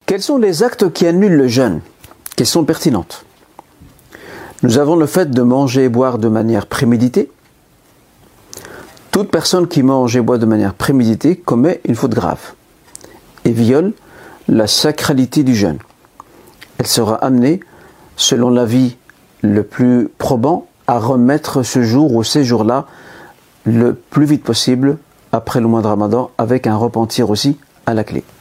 Quels sont les actes qui annulent le jeûne? Question pertinente. Nous avons le fait de manger et boire de manière préméditée. Toute personne qui mange et boit de manière préméditée commet une faute grave et viole la sacralité du jeûne. Elle sera amenée, selon l'avis le plus probant, à remettre ce jour ou ces jours-là le plus vite possible après le mois de Ramadan, avec un repentir aussi à la clé.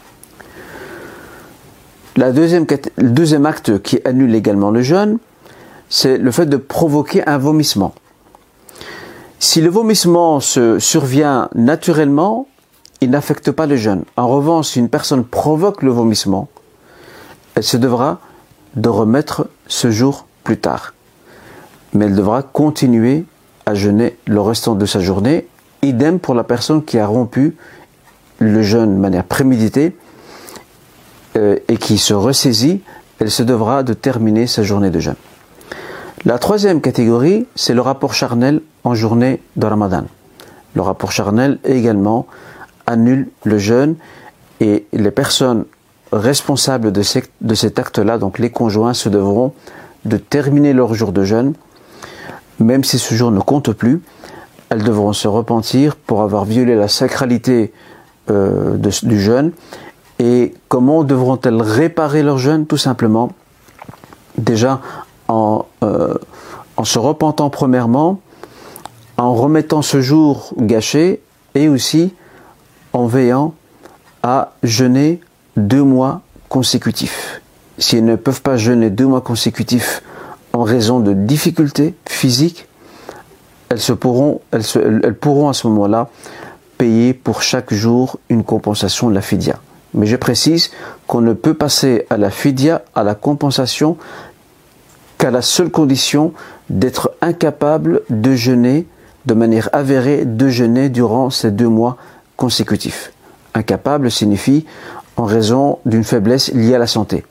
Le deuxième acte qui annule également le jeûne, c'est le fait de provoquer un vomissement. Si le vomissement survient naturellement, il n'affecte pas le jeûne. En revanche, si une personne provoque le vomissement, elle se devra de remettre ce jour plus tard. Mais elle devra continuer à jeûner le restant de sa journée. Idem pour la personne qui a rompu le jeûne de manière préméditée et qui se ressaisit, elle se devra de terminer sa journée de jeûne. La troisième catégorie, c'est le rapport charnel en journée de Ramadan. Le rapport charnel également annule le jeûne et les personnes responsables de cet acte-là, donc les conjoints, se devront de terminer leur jour de jeûne, même si ce jour ne compte plus. Elles devront se repentir pour avoir violé la sacralité du jeûne. Et comment devront-elles réparer leur jeûne? Tout simplement, déjà en se repentant premièrement, en remettant ce jour gâché et aussi en veillant à jeûner 2 mois consécutifs. Si elles ne peuvent pas jeûner 2 mois consécutifs en raison de difficultés physiques, elles pourront à ce moment-là payer pour chaque jour une compensation de la fidya. Mais je précise qu'on ne peut passer à la fidya, à la compensation, qu'à la seule condition d'être incapable de jeûner, de manière avérée, de jeûner durant ces 2 mois consécutifs. Incapable signifie en raison d'une faiblesse liée à la santé.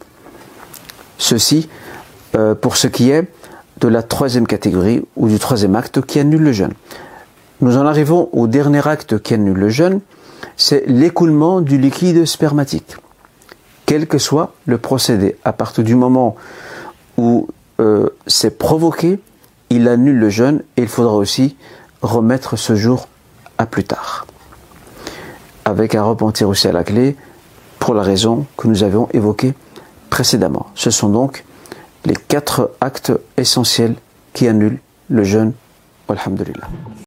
Ceci pour ce qui est de la troisième catégorie ou du troisième acte qui annule le jeûne. Nous en arrivons au dernier acte qui annule le jeûne, c'est l'écoulement du liquide spermatique. Quel que soit le procédé, à partir du moment où c'est provoqué, il annule le jeûne et il faudra aussi remettre ce jour à plus tard. Avec un repentir aussi à la clé, pour la raison que nous avions évoquée précédemment. Ce sont donc les 4 actes essentiels qui annulent le jeûne. Alhamdulillah.